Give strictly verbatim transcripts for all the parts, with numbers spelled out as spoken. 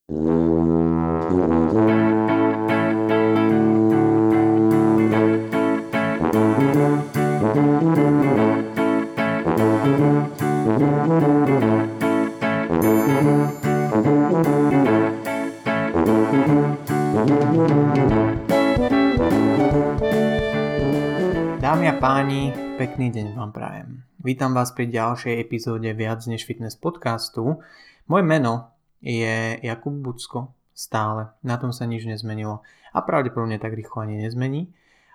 Dámy a páni, pekný deň vám prajem. Vítam vás pri ďalšej epizóde Viac než fitness podcastu. Moje meno je Jakub Bucko, stále, na tom sa nič nezmenilo a pravdepodobne tak rýchlo ani nezmení.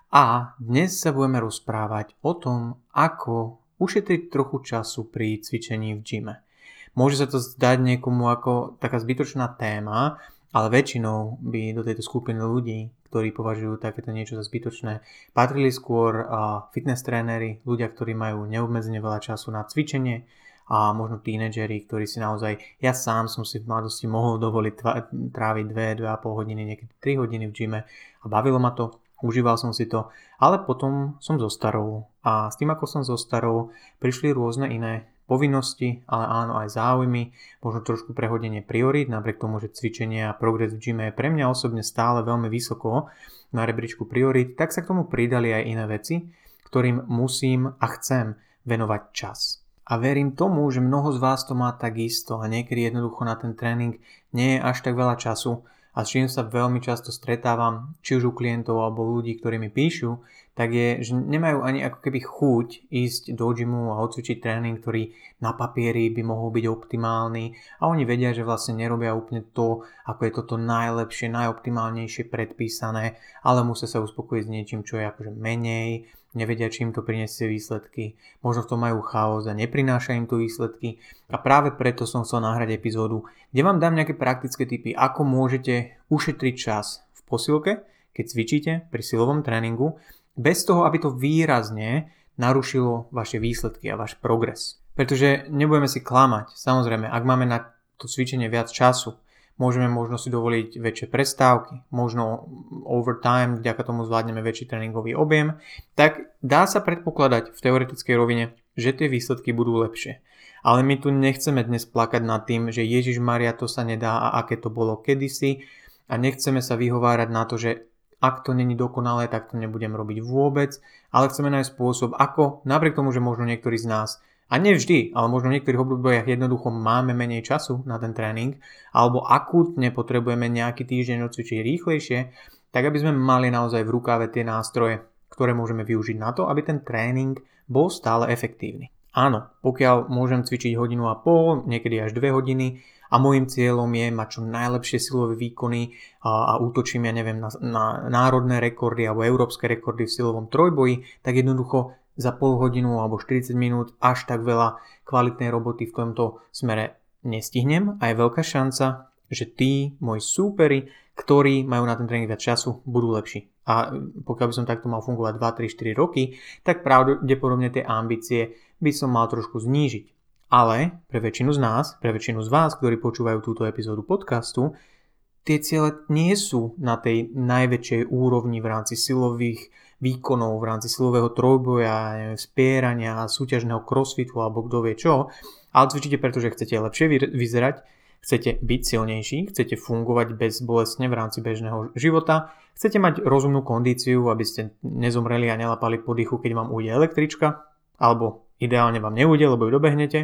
A dnes sa budeme rozprávať o tom, ako ušetriť trochu času pri cvičení v gyme. Môže sa to zdať niekomu ako taká zbytočná téma, ale väčšinou by do tejto skupiny ľudí, ktorí považujú takéto niečo za zbytočné, patrili skôr fitness tréneri, ľudia, ktorí majú neobmedzene veľa času na cvičenie a možno tínedžeri, ktorí si naozaj, ja sám som si v mladosti mohol dovoliť tráviť dve, dve a pol hodiny, niekedy tri hodiny v gyme a bavilo ma to, užíval som si to, ale potom som zostarol a s tým, ako som zostarol, prišli rôzne iné povinnosti, ale áno aj záujmy, možno trošku prehodenie priorít, napriek tomu, že cvičenie a progres v gyme je pre mňa osobne stále veľmi vysoko na rebríčku priorít, tak sa k tomu pridali aj iné veci, ktorým musím a chcem venovať čas. A verím tomu, že mnoho z vás to má takisto a niekedy jednoducho na ten tréning nie je až tak veľa času a s čím sa veľmi často stretávam, či už u klientov alebo ľudí, ktorí mi píšu, tak je, že nemajú ani ako keby chuť ísť do gymu a odcvičiť tréning, ktorý na papieri by mohol byť optimálny a oni vedia, že vlastne nerobia úplne to, ako je toto najlepšie, najoptimálnejšie predpísané, ale musia sa uspokojiť s niečím, čo je akože menej, nevedia, čím to prinesie výsledky, možno v tom majú chaos a neprináša im to výsledky a práve preto som chcel nahrať epizódu, kde vám dám nejaké praktické tipy, ako môžete ušetriť čas v posilke, keď cvičíte pri silovom tréningu, bez toho, aby to výrazne narušilo vaše výsledky a váš progres. Pretože nebudeme si klamať, samozrejme, ak máme na to cvičenie viac času, môžeme možno si dovoliť väčšie prestávky, možno overtime, vďaka tomu zvládneme väčší tréningový objem, tak dá sa predpokladať v teoretickej rovine, že tie výsledky budú lepšie. Ale my tu nechceme dnes plakať nad tým, že Ježišmaria, to sa nedá a aké to bolo kedysi a nechceme sa vyhovárať na to, že ak to není dokonalé, tak to nebudem robiť vôbec, ale chceme nájsť spôsob, ako napriek tomu, že možno niektorí z nás, a nevždy, ale možno v niektorých obdobiach jednoducho máme menej času na ten tréning, alebo akútne potrebujeme nejaký týždeň odcvičiť rýchlejšie, tak aby sme mali naozaj v rukáve tie nástroje, ktoré môžeme využiť na to, aby ten tréning bol stále efektívny. Áno, pokiaľ môžem cvičiť hodinu a pol, niekedy až dve hodiny a môjim cieľom je mať čo najlepšie silové výkony a, a útočím, ja neviem, na, na národné rekordy alebo európske rekordy v silovom trojboji, tak jednoducho za pol hodinu alebo štyridsať minút až tak veľa kvalitnej roboty v tomto smere nestihnem a je veľká šanca, že tí moji súperi, ktorí majú na ten tréning viac času, budú lepší. A pokiaľ by som takto mal fungovať dva, tri, štyri roky, tak pravdepodobne tie ambície by som mal trošku znížiť. Ale pre väčšinu z nás, pre väčšinu z vás, ktorí počúvajú túto epizódu podcastu, tie ciele nie sú na tej najväčšej úrovni v rámci silových výkonov, v rámci silového trojboja, spierania, súťažného crossfitu alebo kto vie čo, ale cvičíte, pretože chcete lepšie vyzerať, chcete byť silnejší, chcete fungovať bezbolestne v rámci bežného života, chcete mať rozumnú kondíciu, aby ste nezomreli a nelapali po dýchu, keď vám ujde električka, alebo ideálne vám neujde, lebo ju dobehnete.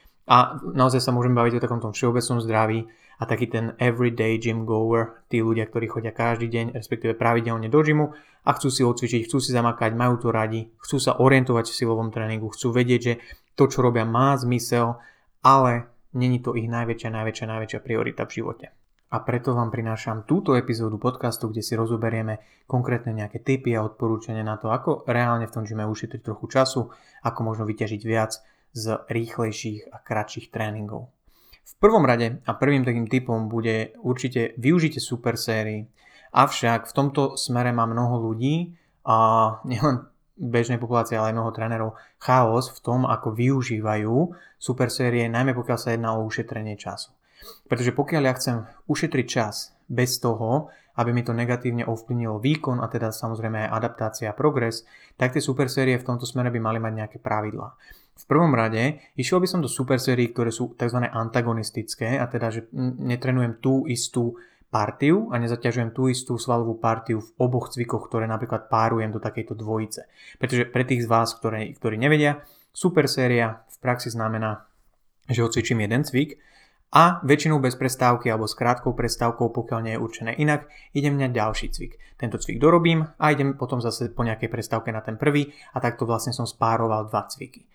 A naozaj sa môžeme baviť o takomto všeobecnom zdraví a taký ten everyday gym goer, tí ľudia, ktorí chodia každý deň, respektíve pravidelne do gymu a chcú si odcvičiť, chcú si zamakať, majú to radi, chcú sa orientovať v silovom tréningu, chcú vedieť, že to, čo robia, má zmysel, ale není to ich najväčšia, najväčšia, najväčšia priorita v živote. A preto vám prinášam túto epizódu podcastu, kde si rozoberieme konkrétne nejaké tipy a odporúčania na to, ako reálne v tom gyme ušetriť trochu času, ako možno vyťažiť viac z rýchlejších a kratších tréningov. V prvom rade a prvým takým tipom bude určite využite super sérii. Avšak v tomto smere má mnoho ľudí a nielen bežnej populácie, ale aj mnoho trénerov chaos v tom, ako využívajú super série, najmä pokiaľ sa jedná o ušetrenie času. Pretože pokiaľ ja chcem ušetriť čas bez toho, aby mi to negatívne ovplyvnilo výkon a teda samozrejme aj adaptácia a progres, tak tie super série v tomto smere by mali mať nejaké pravidlá. V prvom rade išiel by som do super sérií, ktoré sú tzv. Antagonistické, a teda, že netrenujem tú istú partiu a nezaťažujem tú istú svalovú partiu v oboch cvikoch, ktoré napríklad párujem do takejto dvojice. Pretože pre tých z vás, ktorí, ktorí nevedia, super séria v praxi znamená, že odcvičím jeden cvik a väčšinou bez prestávky alebo s krátkou prestávkou, pokiaľ nie je určené inak, idem na ďalší cvik. Tento cvik dorobím a idem potom zase po nejakej prestávke na ten prvý a takto vlastne som spároval dva cviky.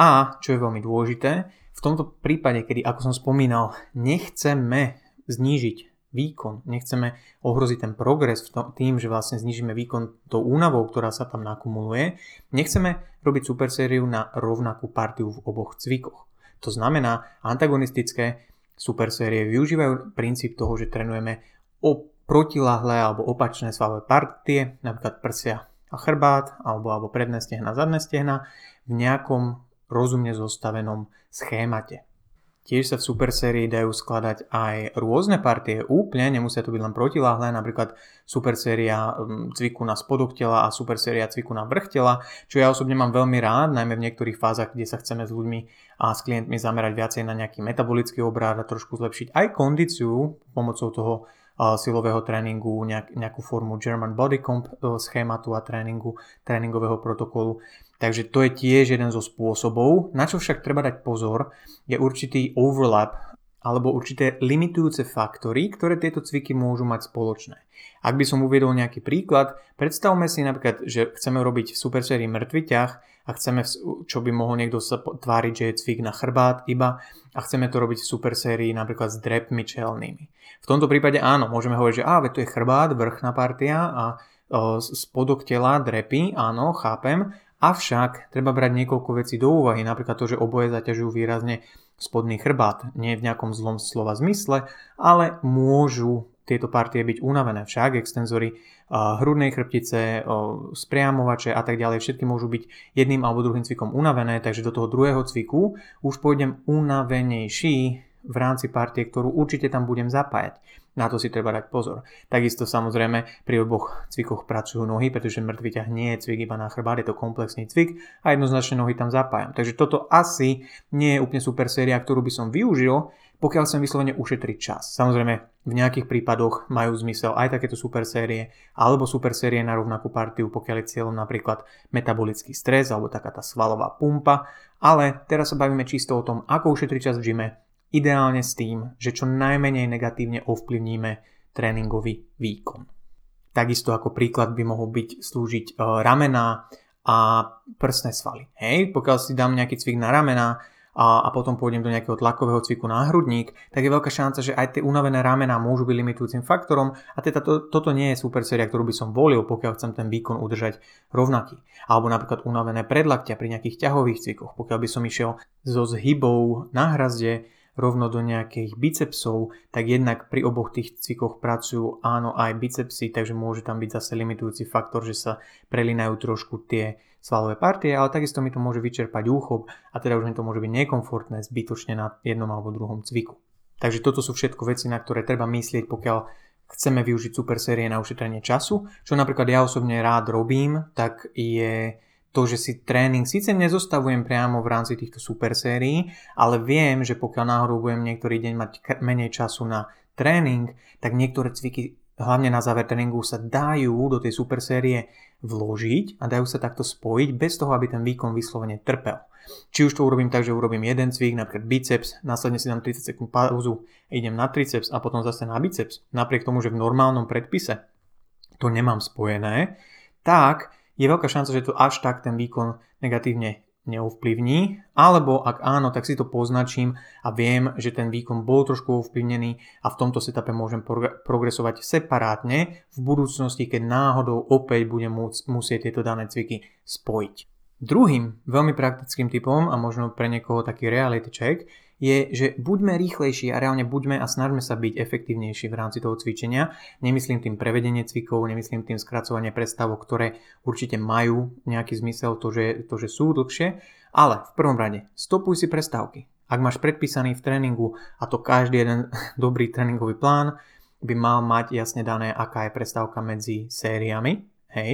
A čo je veľmi dôležité, v tomto prípade, kedy, ako som spomínal, nechceme znížiť výkon, nechceme ohroziť ten progres v tom, tým, že vlastne znížime výkon tou únavou, ktorá sa tam nakumuluje, nechceme robiť super sériu na rovnakú partiu v oboch cvikoch. To znamená, antagonistické super série využívajú princíp toho, že trénujeme o protilahlé alebo opačné svalové partie, napríklad prsia a chrbát, alebo, alebo predné stehna, zadné stehna, v nejakom rozumne zostavenom schémate. Tiež sa v super sérii dajú skladať aj rôzne partie úplne, nemusia to byť len protilahlé, napríklad super séria cviku na spodok tela a super séria cviku na vrch tela, čo ja osobne mám veľmi rád, najmä v niektorých fázach, kde sa chceme s ľuďmi a s klientmi zamerať viacej na nejaký metabolický obrad a trošku zlepšiť aj kondíciu pomocou toho silového tréningu, nejak, nejakú formu German Body Comp schématu a tréningu, tréningového protokolu. Takže to je tiež jeden zo spôsobov. Na čo však treba dať pozor, je určitý overlap alebo určité limitujúce faktory, ktoré tieto cviky môžu mať spoločné. Ak by som uviedol nejaký príklad, predstavme si napríklad, že chceme robiť v super sérii mŕtvy ťah a chceme, čo by mohol niekto sa tváriť, že je cvik na chrbát iba a chceme to robiť v super sérii napríklad s drepmi čelnými. V tomto prípade áno, môžeme hovoriť, že á, to je chrbát, vrchná partia a o, spodok tela, drepy, áno, chápem, avšak treba brať niekoľko vecí do úvahy, napríklad to, že oboje zaťažujú výrazne spodný chrbát, nie v nejakom zlom slova zmysle, ale môžu tieto partie byť unavené, však extenzory uh, hrudnej chrbtice, uh, spriamovače a tak ďalej, všetky môžu byť jedným alebo druhým cvikom unavené, takže do toho druhého cviku už pôjdem unavenejší v rámci partie, ktorú určite tam budem zapájať. Na to si treba dať pozor. Takisto samozrejme pri oboch cvikoch pracujú nohy, pretože mŕtvy ťah nie je cvik iba na chrbát, je to komplexný cvik a jednoznačne nohy tam zapájam. Takže toto asi nie je úplne super séria, ktorú by som využil, pokiaľ chcem vyslovene ušetriť čas. Samozrejme, v nejakých prípadoch majú zmysel aj takéto super série alebo super série na rovnakú partiu, pokiaľ je cieľom napríklad metabolický stres alebo taká tá svalová pumpa, ale teraz sa bavíme čisto o tom, ako ušetriť čas v gyme, ideálne s tým, že čo najmenej negatívne ovplyvníme tréningový výkon. Takisto ako príklad by mohol byť slúžiť e, ramená a prsné svaly. Hej, pokiaľ si dám nejaký cvik na ramená a, a potom pôjdem do nejakého tlakového cviku na hrudník, tak je veľká šanca, že aj tie unavené ramená môžu byť limitujúcim faktorom a teda to, toto nie je super séria, ktorú by som volil, pokiaľ chcem ten výkon udržať rovnaký. Alebo napríklad unavené predlaktia pri nejakých ťahových cvikoch, pokiaľ by som išiel so zhybou na hrazde rovno do nejakých bicepsov, tak jednak pri oboch tých cvikoch pracujú áno aj bicepsy, takže môže tam byť zase limitujúci faktor, že sa prelínajú trošku tie svalové partie, ale takisto mi to môže vyčerpať úchop a teda už mi to môže byť nekomfortné zbytočne na jednom alebo druhom cviku. Takže toto sú všetko veci, na ktoré treba myslieť, pokiaľ chceme využiť super série na ušetrenie času. Čo napríklad ja osobne rád robím, tak je to, že si tréning síce nezostavujem priamo v rámci týchto super sérií, ale viem, že pokiaľ náhodou budem niektorý deň mať menej času na tréning, tak niektoré cviky, hlavne na záver tréningu, sa dajú do tej super série vložiť a dajú sa takto spojiť bez toho, aby ten výkon vyslovene trpel. Či už to urobím tak, že urobím jeden cvik, napríklad biceps, následne si dám tridsať sekúnd pauzu, idem na triceps a potom zase na biceps, napriek tomu, že v normálnom predpise to nemám spojené, tak je veľká šanca, že to až tak ten výkon negatívne neovplyvní, alebo ak áno, tak si to poznačím a viem, že ten výkon bol trošku ovplyvnený a v tomto setupe môžem progresovať separátne v budúcnosti, keď náhodou opäť budem môcť, musieť tieto dané cviky spojiť. Druhým veľmi praktickým typom a možno pre niekoho taký reality check je, že buďme rýchlejší a reálne buďme a snažme sa byť efektívnejší v rámci toho cvičenia. Nemyslím tým prevedenie cvikov, nemyslím tým skracovanie prestávok, ktoré určite majú nejaký zmysel, to že, to, že sú dlhšie, ale v prvom rade stopuj si prestávky. Ak máš predpísaný v tréningu, a to každý jeden dobrý tréningový plán by mal mať jasne dané, aká je prestávka medzi sériami, hej,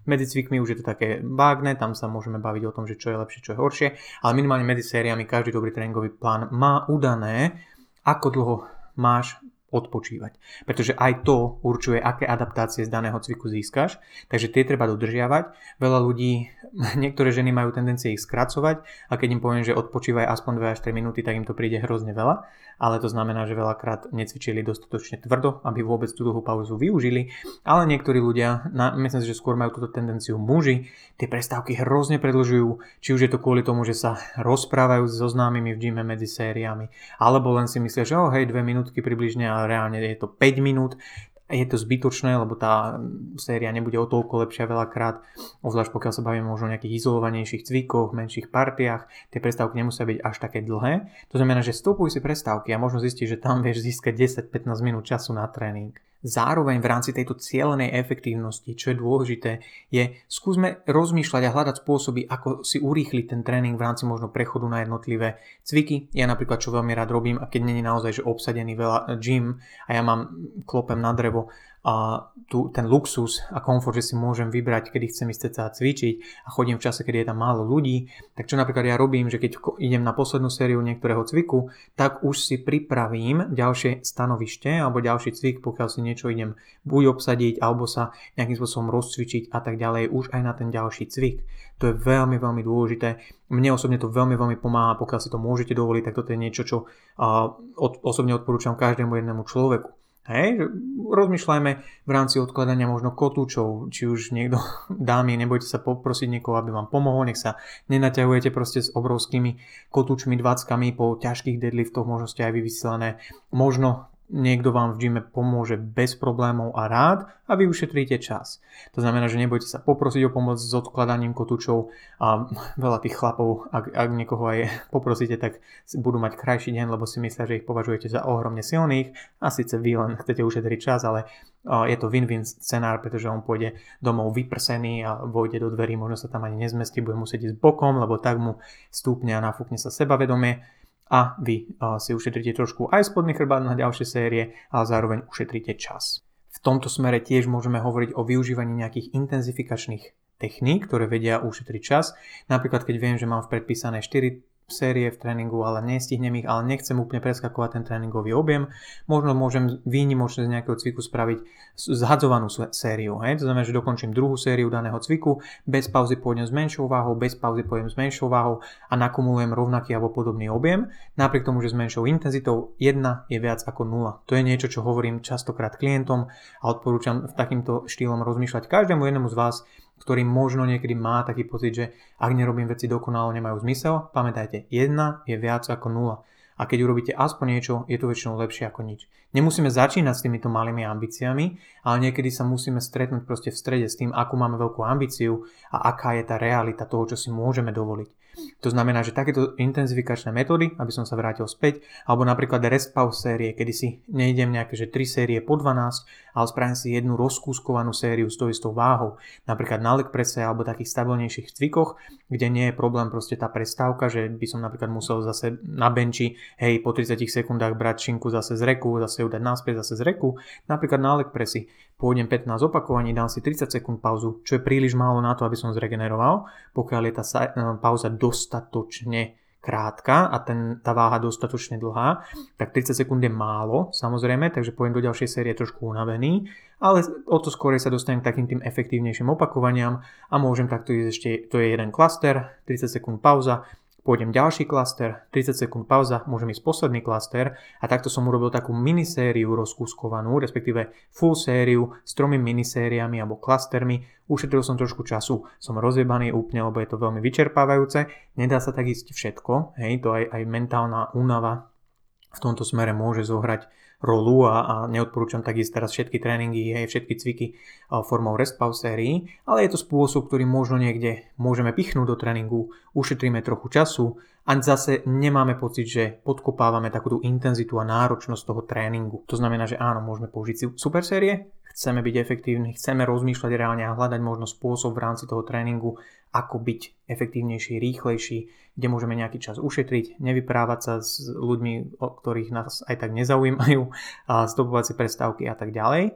Medzi cvikmi už je to také vágne, tam sa môžeme baviť o tom, že čo je lepšie, čo je horšie, ale minimálne medzi sériami každý dobrý tréningový plán má udané, ako dlho máš odpočívať. Pretože aj to určuje, aké adaptácie z daného cviku získaš, takže tie treba dodržiavať. Veľa ľudí, niektoré ženy majú tendencie ich skracovať a keď im poviem, že odpočívaj aspoň dva až tri minúty, tak im to príde hrozne veľa, ale to znamená, že veľakrát necvičili dostatočne tvrdo, aby vôbec tú dlhú pauzu využili, ale niektorí ľudia, na, myslím si, že skôr majú túto tendenciu muži, tie prestávky hrozne predĺžujú, či už je to kvôli tomu, že sa rozprávajú so známymi v gyme medzi sériami, alebo len si myslia, že oh, hej, dve minútky približne, ale reálne je to päť minút. Je to zbytočné, lebo tá séria nebude o toľko lepšia veľakrát, obzvlášť pokiaľ sa bavíme možno o nejakých izolovanejších cvikoch, menších partiách, tie prestávky nemusia byť až také dlhé. To znamená, že stopuj si prestávky a možno zistiť, že tam vieš získať desať až pätnásť minút času na tréning. Zároveň v rámci tejto cielenej efektívnosti, čo je dôležité, je skúsme rozmýšľať a hľadať spôsoby, ako si urýchliť ten tréning v rámci možno prechodu na jednotlivé cviky. Ja napríklad, čo veľmi rád robím, a keď nie je naozaj že obsadený veľa gym a ja mám klopem na drevo a tu ten luxus a komfort, že si môžem vybrať, kedy chcem ísť cca cvičiť a chodím v čase, kedy je tam málo ľudí, tak čo napríklad ja robím, že keď idem na poslednú sériu niektorého cviku, tak už si pripravím ďalšie stanovište alebo ďalší cvik, pokiaľ si niečo idem buď obsadiť alebo sa nejakým spôsobom rozcvičiť a tak ďalej, už aj na ten ďalší cvik. To je veľmi, veľmi dôležité. Mne osobne to veľmi, veľmi pomáha, pokiaľ si to môžete dovoliť, tak toto je niečo, čo uh, od, osobne odporúčam každému jednému človeku. Hej, rozmýšľajme v rámci odkladania možno kotúčov, či už niekto dámy, nebojte sa poprosiť niekoho, aby vám pomohol, nech sa nenaťahujete proste s obrovskými kotúčmi, dvackami po ťažkých deadliftoch, možno ste aj vy vysielané, možno niekto vám v gyme pomôže bez problémov a rád a vy ušetríte čas. To znamená, že nebojte sa poprosiť o pomoc s odkladaním kotúčov a veľa tých chlapov, ak, ak niekoho aj poprosíte, tak budú mať krajší deň, lebo si myslia, že ich považujete za ohromne silných a síce vy len chcete ušetriť čas, ale je to win-win scenár, pretože on pôjde domov vyprsený a vojde do dverí, možno sa tam ani nezmestí, bude musieť ísť bokom, lebo tak mu stúpne a nafúkne sa sebavedomie. A vy uh, si ušetríte trošku aj spodný chrbát na ďalšie série, ale zároveň ušetríte čas. V tomto smere tiež môžeme hovoriť o využívaní nejakých intenzifikačných techník, ktoré vedia ušetriť čas. Napríklad, keď viem, že mám v predpísané štyri série v tréningu, ale nestihnem ich, ale nechcem úplne preskakovať ten tréningový objem. Možno môžem výnimočne z nejakého cviku spraviť zhadzovanú sériu. Hej? To znamená, že dokončím druhú sériu daného cviku, bez pauzy pôjdem s menšou váhou, bez pauzy pôjdem s menšou váhou a nakumulujem rovnaký alebo podobný objem. Napriek tomu, že s menšou intenzitou jedna je viac ako nula. To je niečo, čo hovorím častokrát klientom a odporúčam v takýmto štýlom rozmýšľať každému jednému z vás, ktorý možno niekedy má taký pocit, že ak nerobím veci dokonalo, nemajú zmysel. Pamätajte, jedna je viac ako nula. A keď urobíte aspoň niečo, je to väčšinou lepšie ako nič. Nemusíme začínať s týmito malými ambíciami, ale niekedy sa musíme stretnúť proste v strede s tým, akú máme veľkú ambíciu a aká je tá realita toho, čo si môžeme dovoliť. To znamená, že takéto intenzifikačné metódy, aby som sa vrátil späť, alebo napríklad rest pause série, kedy si nejdem nejaké, že tri série po dvanásť, ale spravím si jednu rozkúskovanú sériu s tou istou váhou, napríklad na leg presse alebo takých stabilnejších cvikoch, kde nie je problém proste tá prestávka, že by som napríklad musel zase na benči, hej, po tridsiatich sekundách brať šinku zase z reku, zase ju dať naspäť zase z reku, napríklad na leg pressy pôjdem pätnásť opakovaní, dám si tridsať sekúnd pauzu, čo je príliš málo na to, aby som zregeneroval, pokiaľ je tá pauza dostatočne krátka a ten, tá váha dostatočne dlhá, tak tridsať sekúnd je málo, samozrejme, takže pôjdem do ďalšej série trošku unavený, ale o to skôr sa dostanem k takým tým efektívnejším opakovaniam a môžem takto ísť ešte, to je jeden klaster, tridsať sekúnd pauza, pôjdem ďalší klaster, tridsať sekúnd pauza, môžem ísť posledný klaster a takto som urobil takú minisériu rozkúskovanú, respektíve full sériu s tromi minisériami alebo klastermi. Ušetril som trošku času, som rozjebaný úplne, lebo je to veľmi vyčerpávajúce. Nedá sa tak ísť všetko, hej, to aj, aj mentálna únava v tomto smere môže zohrať rolu a, a neodporúčam tak ísť teraz všetky tréningy, hej, všetky cviky formou rest pause sérií, ale je to spôsob, ktorý možno niekde môžeme pichnúť do tréningu, ušetríme trochu času a zase nemáme pocit, že podkopávame takú tú intenzitu a náročnosť toho tréningu. To znamená, že áno, môžeme použiť super série, chceme byť efektívni, chceme rozmýšľať reálne a hľadať možno spôsob v rámci toho tréningu, ako byť efektívnejší, rýchlejší, kde môžeme nejaký čas ušetriť, nevyprávať sa s ľuďmi, o ktorých nás aj tak nezaujímajú, a stopovacie prestávky a tak ďalej.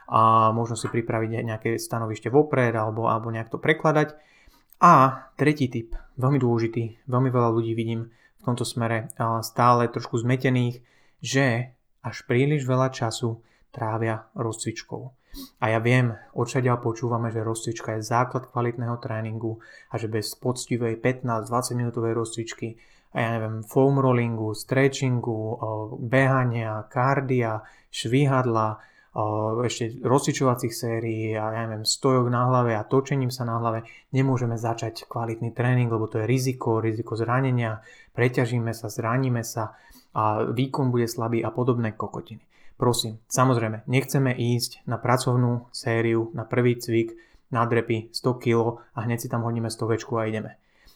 a možno si pripraviť nejaké stanovište vopred alebo, alebo nejak to prekladať. A tretí tip, veľmi dôležitý, veľmi veľa ľudí vidím v tomto smere stále trošku zmetených, že až príliš veľa času trávia rozcvičkou. A ja viem, odšadiaľ počúvame, že rozcvička je základ kvalitného tréningu a že bez poctivej pätnásť dvadsať minútovej rozcvičky a ja neviem, foam rollingu, stretchingu, behania, kardia, švihadla, ešte rozcvičovacích sérií a ja neviem, stojok na hlave a točením sa na hlave nemôžeme začať kvalitný tréning, lebo to je riziko, riziko zranenia, preťažíme sa, zraníme sa a výkon bude slabý a podobné kokotiny. Prosím, samozrejme, nechceme ísť na pracovnú sériu, na prvý cvik, na drepy sto kilogramov a hneď si tam hodíme stovečku a ideme.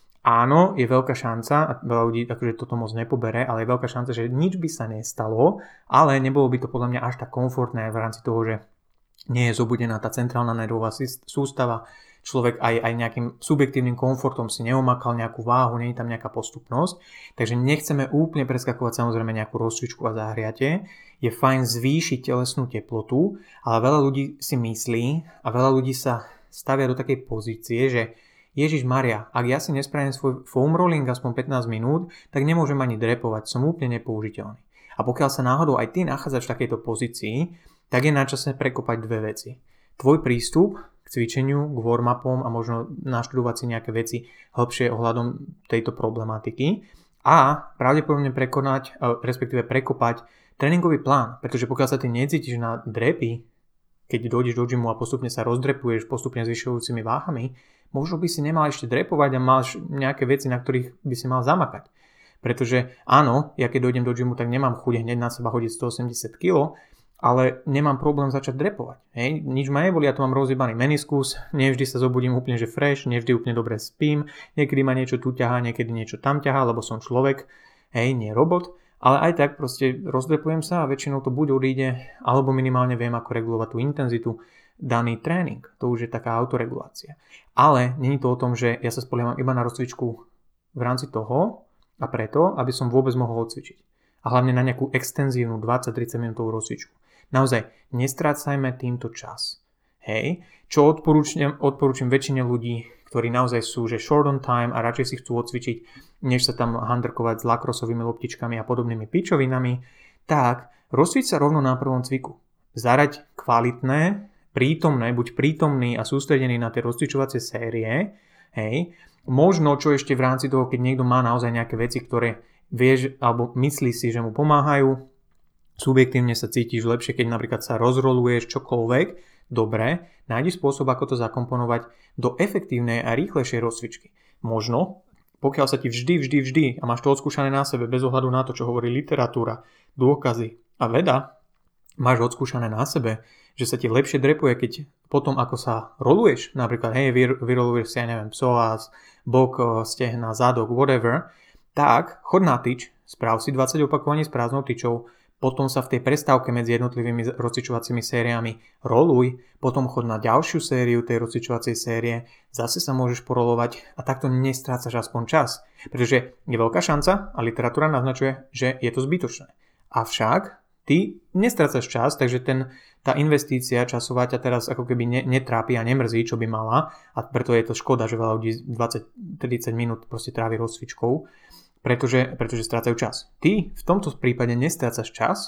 Áno, je veľká šanca, a veľa ľudí akože toto moc nepobere, ale je veľká šanca, že nič by sa nestalo, ale nebolo by to podľa mňa až tak komfortné v rámci toho, že nie je zobudená tá centrálna nervová sústava, človek aj, aj nejakým subjektívnym komfortom si neomakal nejakú váhu, nie je tam nejaká postupnosť, takže nechceme úplne preskakovať samozrejme nejakú rozcvičku a zahriatie. Je fajn zvýšiť telesnú teplotu, ale veľa ľudí si myslí a veľa ľudí sa stavia do takej pozície, že Ježiš Maria, ak ja si nespravím svoj foam rolling aspoň pätnásť minút, tak nemôžem ani drepovať, som úplne nepoužiteľný. A pokiaľ sa náhodou aj ty nachádzaš v takejto pozícii, tak je na čase prekopať dve veci. Tvoj prístup k cvičeniu, k warm-upom a možno naštudovať si nejaké veci hlbšie ohľadom tejto problematiky a pravdepodobne prekonať, respektíve prekopať tréningový plán, pretože pokiaľ sa ty necítiš na drepy, keď dojdeš do gymu a postupne sa rozdrepuješ postupne zvyšujúcimi váhami, možno by si nemal ešte drepovať a máš nejaké veci, na ktorých by si mal zamakať. Pretože áno, ja keď dojdem do gymu, tak nemám chuť hneď na seba hodiť stoosemdesiat kilogramov, ale nemám problém začať drepovať. Hej? Nič ma neboli, ja tu mám rozjebaný meniskus, nevždy sa zobudím úplne že fresh, nevždy úplne dobre spím, niekedy ma niečo tu ťahá, niekedy niečo tam ťahá, lebo som človek, hej, nie robot, ale aj tak proste rozdrepujem sa a väčšinou to buď odíde, alebo minimálne viem, ako regulovať tú intenzitu daný tréning. To už je taká autoregulácia. Ale nie je to o tom, že ja sa spolieham iba na rozcvičku v rámci toho a preto, aby som vôbec mohol odcvičiť. A hlavne na nejakú extenzívnu dvadsať tridsať minútovú rozcvičku. Naozaj, nestrácajme týmto čas. Hej, čo odporúčam, odporúčam väčšine ľudí, ktorí naozaj sú že short on time a radšej si chcú odcvičiť, než sa tam handrkovať s lacroseovými loptičkami a podobnými pičovinami, tak rozcvič sa rovno na prvom cviku. Zaraď kvalitné, prítomné, buď prítomný a sústredený na tie rozcvičovacie série, hej, možno čo ešte v rámci toho, keď niekto má naozaj nejaké veci, ktoré vieš, alebo myslí si, že mu pomáhajú, subjektívne sa cítiš lepšie, keď napríklad sa rozroluješ čokoľvek, dobre, nájdi spôsob, ako to zakomponovať do efektívnej a rýchlejšej rozcvičky. Možno, pokiaľ sa ti vždy, vždy, vždy a máš to odskúšané na sebe, bez ohľadu na to, čo hovorí literatúra, dôkazy a veda, máš odskúšané na sebe, že sa ti lepšie drepuje, keď potom, ako sa roluješ, napríklad, hej, vyroluješ si, ja neviem, psoas, bok, stehna, zadok, whatever, tak chod na tyč, správ si dvadsať opakovaní s prázdnou tyčou, potom sa v tej prestávke medzi jednotlivými rozcvičovacími sériami roluj, potom chod na ďalšiu sériu tej rozcvičovacej série, zase sa môžeš porolovať a takto nestrácaš aspoň čas, pretože je veľká šanca a literatúra naznačuje, že je to zbytočné. Avšak ty nestrácaš čas, takže ten, tá investícia časová ťa teraz ako keby ne, netrápi a nemrzí, čo by mala, a preto je to škoda, že veľa ľudí dvadsať tridsať minút proste trávi rozcvičkou, pretože, pretože strácajú čas. Ty v tomto prípade nestrácaš čas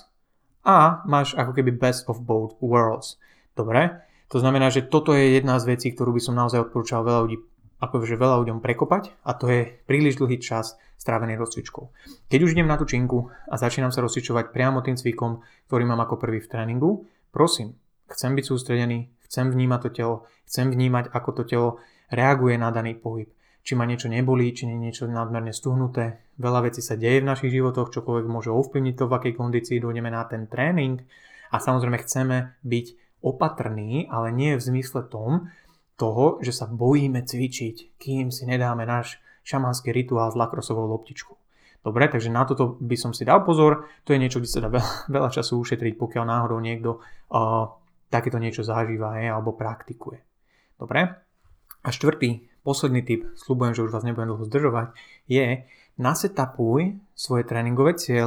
a máš ako keby best of both worlds. Dobre? To znamená, že toto je jedna z vecí, ktorú by som naozaj odporúčal veľa ľudí, akože veľa ľuďom prekopať, a to je príliš dlhý čas strávený rozcvičkou. Keď už idem na tú činku a začínam sa rozcvičovať priamo tým cvikom, ktorý mám ako prvý v tréningu, prosím, chcem byť sústredený, chcem vnímať to telo, chcem vnímať, ako to telo reaguje na daný pohyb. Či ma niečo nebolí, či nie je niečo nadmerne stuhnuté. Veľa vecí sa deje v našich životoch, čokoľvek môže ovplyvniť to, v akej kondícii dojdeme na ten tréning. A samozrejme chceme byť opatrní, ale nie v zmysle tom, toho, že sa bojíme cvičiť, kým si nedáme náš šamanský rituál s lacroseovou loptičkou. Dobre, takže na toto by som si dal pozor. To je niečo, kde sa dá veľa, veľa času ušetriť, pokiaľ náhodou niekto uh, takéto niečo zažíva je, alebo praktikuje. Dobre? A štvrtý, posledný tip, sľubujem, že už vás nebudem dlho zdržovať, je nasetapuj svoje tréningové ciele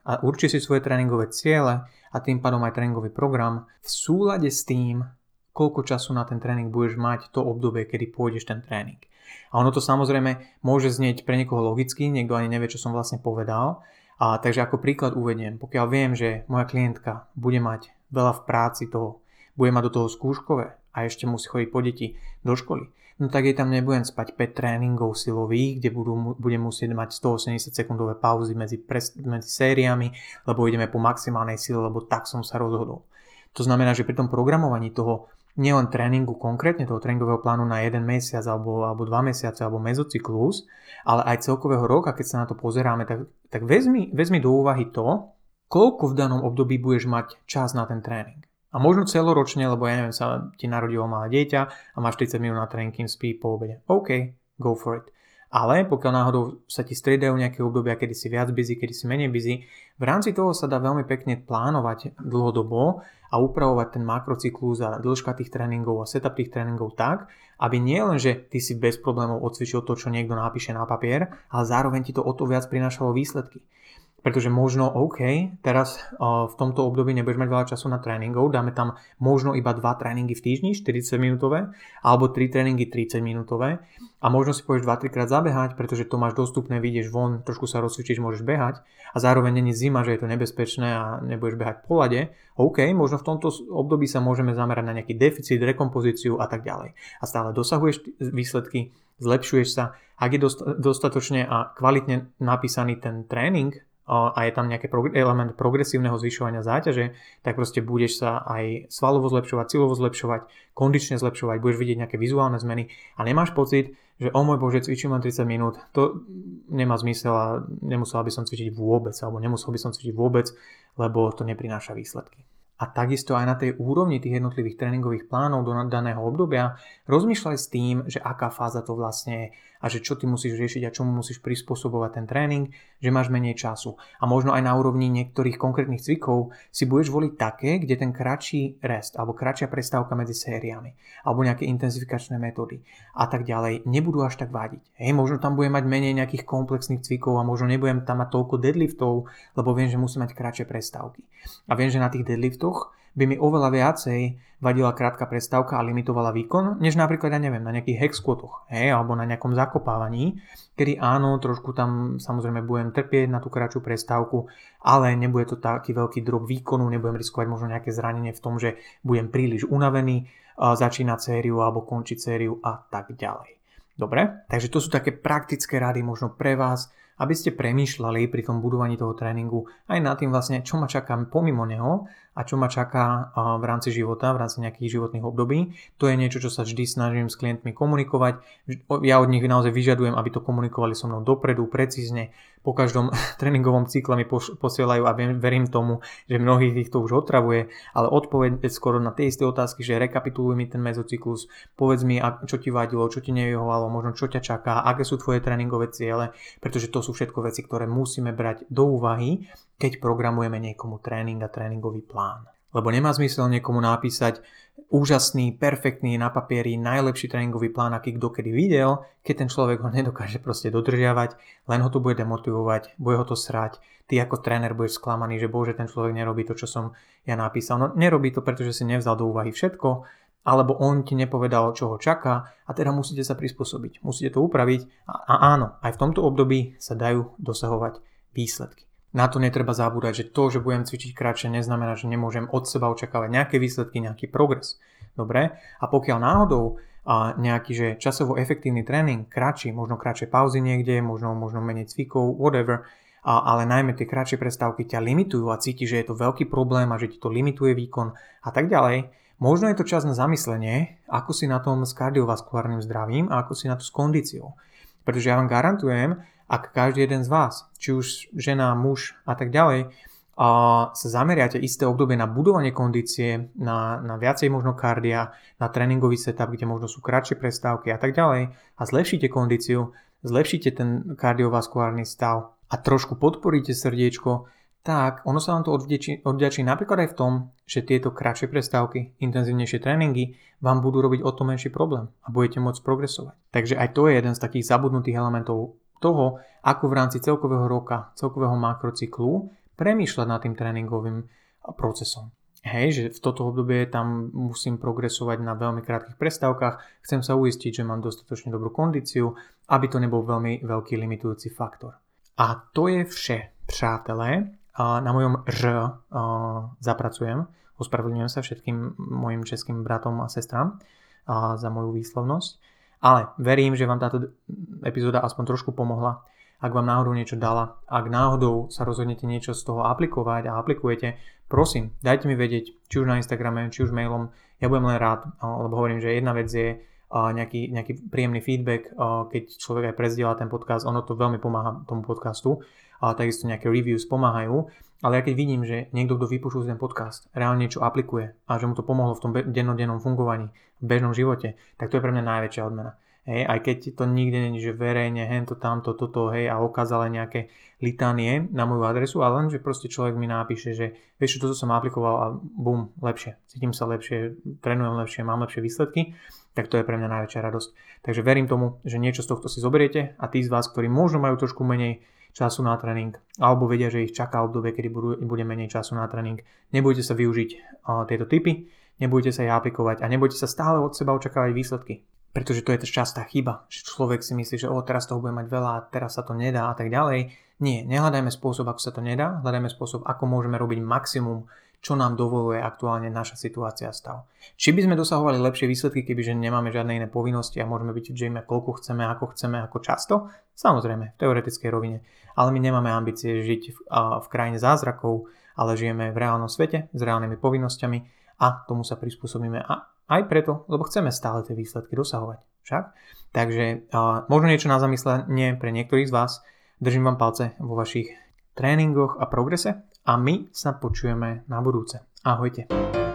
a urči si svoje tréningové ciele a tým pádom aj tréningový program v súlade s tým, koľko času na ten tréning budeš mať to obdobie, kedy pôjdeš ten tréning. A ono to samozrejme môže znieť pre niekoho logicky, niekto ani nevie, čo som vlastne povedal. A takže ako príklad uvediem, pokiaľ viem, že moja klientka bude mať veľa v práci toho, bude mať do toho skúškové a ešte musí chodiť po deti do školy, no tak jej tam nebudem spať päť tréningov silových, kde budú, budem musieť mať stoosemdesiat sekundové pauzy medzi, pres, medzi sériami, lebo ideme po maximálnej sile, lebo tak som sa rozhodol. To znamená, že pri tom programovaní toho nielen tréningu konkrétne, toho tréningového plánu na jeden mesiac alebo, alebo dva mesiace alebo mezocyklus, ale aj celkového roka, keď sa na to pozeráme, tak, tak vezmi, vezmi do úvahy to, koľko v danom období budeš mať čas na ten tréning. A možno celoročne, lebo ja neviem, sa ti narodilo malé dieťa a máš tridsať minút na tréning, kým spí po obede. OK, go for it. Ale pokiaľ náhodou sa ti striedajú nejaké obdobia, kedy si viac busy, kedy si menej busy, v rámci toho sa dá veľmi pekne plánovať dlhodobo a upravovať ten makrocyklus a dĺžka tých tréningov a setup tých tréningov tak, aby nie len, že ty si bez problémov odcvičil to, čo niekto napíše na papier, ale zároveň ti to o to viac prinášalo výsledky. Pretože možno, OK, teraz uh, v tomto období nebudeš mať veľa času na tréningov, dáme tam možno iba dva tréningy v týždni, štyridsať minútové, alebo tri tréningy tridsať minútové a možno si pôjdeš dva tri krát zabehať, pretože to máš dostupné, vyjdeš von, trošku sa rozcvičíš, môžeš behať a zároveň není zima, že je to nebezpečné a nebudeš behať po ľade. OK, možno v tomto období sa môžeme zamerať na nejaký deficit, rekompozíciu a tak ďalej. A stále dosahuješ výsledky, zlepšuješ sa. Ak je dostatočne a kvalitne napísaný ten tréning, a je tam nejaký element progresívneho zvyšovania záťaže, tak proste budeš sa aj svalovo zlepšovať, silovo zlepšovať, kondične zlepšovať, budeš vidieť nejaké vizuálne zmeny a nemáš pocit, že o môj Bože, cvičím len tridsať minút, to nemá zmysel a nemusel by som cvičiť vôbec, alebo nemusel by som cvičiť vôbec, lebo to neprináša výsledky. A takisto aj na tej úrovni tých jednotlivých tréningových plánov do daného obdobia rozmýšľaj s tým, že aká fáza to vlastne je a že čo ty musíš riešiť a čomu musíš prispôsobovať ten tréning, že máš menej času. A možno aj na úrovni niektorých konkrétnych cvikov si budeš voliť také, kde ten kratší rest alebo kratšia prestávka medzi sériami alebo nejaké intenzifikačné metódy a tak ďalej nebudú až tak vádiť. Hej, možno tam budem mať menej nejakých komplexných cvikov a možno nebudem tam mať toľko deadliftov, lebo viem, že musím mať kratšie prestávky. A viem, že na tých deadliftoch by mi oveľa viacej vadila krátka prestávka a limitovala výkon, než napríklad, ja neviem, na nejakých hex squatoch, hej, alebo na nejakom zakopávaní, kedy áno, trošku tam samozrejme budem trpieť na tú kratšiu prestávku, ale nebude to taký veľký drop výkonu, nebudem riskovať možno nejaké zranenie v tom, že budem príliš unavený, začínať sériu alebo končiť sériu a tak ďalej. Dobre, takže to sú také praktické rady možno pre vás, aby ste premýšľali pri tom budovaní toho tréningu aj nad tým vlastne, čo ma čaká pomimo neho a čo ma čaká v rámci života, v rámci nejakých životných období. To je niečo, čo sa vždy snažím s klientmi komunikovať. Ja od nich naozaj vyžadujem, aby to komunikovali so mnou dopredu, precízne. Po každom tréningovom cykle mi posielajú a verím tomu, že mnohých ich to už otravuje, ale odpoveď skoro na tie isté otázky, že rekapituluj mi ten mezocyklus, povedz mi, čo ti vadilo, čo ti nevyhovalo, možno čo ťa čaká, aké sú tvoje tréningové ciele, pretože to sú všetko veci, ktoré musíme brať do úvahy, keď programujeme niekomu tréning a tréningový plán. Lebo nemá zmysel niekomu napísať úžasný, perfektný na papieri, najlepší tréningový plán, aký kto kedy videl, keď ten človek ho nedokáže proste dodržiavať, len ho to bude demotivovať, bude ho to srať. Ty ako tréner budeš sklamaný, že bože, ten človek nerobí to, čo som ja napísal. No nerobí to, pretože si nevzal do úvahy všetko, alebo on ti nepovedal, čo ho čaká a teda musíte sa prispôsobiť, musíte to upraviť a, a áno, aj v tomto období sa dajú dosahovať výsledky. Na to netreba zabúdať, že to, že budem cvičiť kratšie, neznamená, že nemôžem od seba očakávať nejaké výsledky, nejaký progres. Dobre? A pokiaľ náhodou a nejaký že časovo efektívny tréning, kratší, možno kratšie pauzy niekde, možno, možno menej cvikov, whatever, a, ale najmä tie kratšie prestávky ťa limitujú a cítiš, že je to veľký problém a že ti to limituje výkon a tak ďalej, možno je to čas na zamyslenie, ako si na tom s kardiovaskulárnym zdravím a ako si na to s kondíciou. Pretože ja vám garantujem, ak každý jeden z vás, či už žena, muž a tak ďalej, a sa zameriate isté obdobie na budovanie kondície, na, na viacej možno kardia, na tréningový setup, kde možno sú kratšie prestávky a tak ďalej a zlepšíte kondíciu, zlepšíte ten kardiovaskulárny stav a trošku podporíte srdiečko, tak ono sa vám to odvďačí, odvďačí napríklad aj v tom, že tieto kratšie prestávky, intenzívnejšie tréningy vám budú robiť o to menší problém a budete môcť progresovať. Takže aj to je jeden z takých zabudnutých elementov toho, ako v rámci celkového roka, celkového makrocyklu premýšľať nad tým tréningovým procesom. Hej, že v toto obdobie tam musím progresovať na veľmi krátkych prestávkach, chcem sa uistiť, že mám dostatočne dobrú kondíciu, aby to nebol veľmi veľký limitujúci faktor. A to je vše, přátelé. Na mojom Ž zapracujem, ospravedlňujem sa všetkým mojim českým bratom a sestrám za moju výslovnosť, ale verím, že vám táto epizóda aspoň trošku pomohla. Ak vám náhodou niečo dala, ak náhodou sa rozhodnete niečo z toho aplikovať a aplikujete, prosím, dajte mi vedieť, či už na Instagrame, či už mailom, ja budem len rád, lebo hovorím, že jedna vec je nejaký, nejaký príjemný feedback, keď človek aj prezdiela ten podcast, ono to veľmi pomáha tomu podcastu, a takisto nejaké reviews pomáhajú, ale ja keď vidím, že niekto, kto vypočul ten podcast, reálne niečo aplikuje a že mu to pomohlo v tom dennodennom fungovaní, v bežnom živote, tak to je pre mňa najväčšia odmena. Hej, aj keď to nikde nie je, že verejne, hento, tamto, toto, hej, a ukázala nejaké litánie na moju adresu, ale len, že proste človek mi napíše, že vieš čo, toto som aplikoval a bum, lepšie, cítim sa lepšie, trénujem lepšie, mám lepšie výsledky, tak to je pre mňa najväčšia radosť. Takže verím tomu, že niečo z tohto si zoberiete a tí z vás, ktorí možno majú trošku menej času na tréning, alebo vedia, že ich čaká obdobie, kedy budú, bude menej času na tréning, nebojte sa využiť uh, tieto tipy, nebojte sa ich aplikovať a nebojte sa stále od seba očakávať výsledky. Pretože to je častá chyba, že človek si myslí, že o, teraz toho bude mať veľa, teraz sa to nedá a tak ďalej. Nie, nehľadajme spôsob, ako sa to nedá, hľadajme spôsob, ako môžeme robiť maximum, čo nám dovoluje aktuálne naša situácia a stav. Či by sme dosahovali lepšie výsledky, kebyže nemáme žiadne iné povinnosti a môžeme byť v gyme koľko chceme, ako chceme, ako často? Samozrejme, v teoretickej rovine. Ale my nemáme ambície žiť v, a, v krajine zázrakov, ale žijeme v reálnom svete s reálnymi povinnosťami a tomu sa prispôsobíme a aj preto, lebo chceme stále tie výsledky dosahovať. Však? Takže uh, možno niečo na zamyslenie pre niektorých z vás. Držím vám palce vo vašich tréningoch a progrese a my sa počujeme na budúce. Ahojte.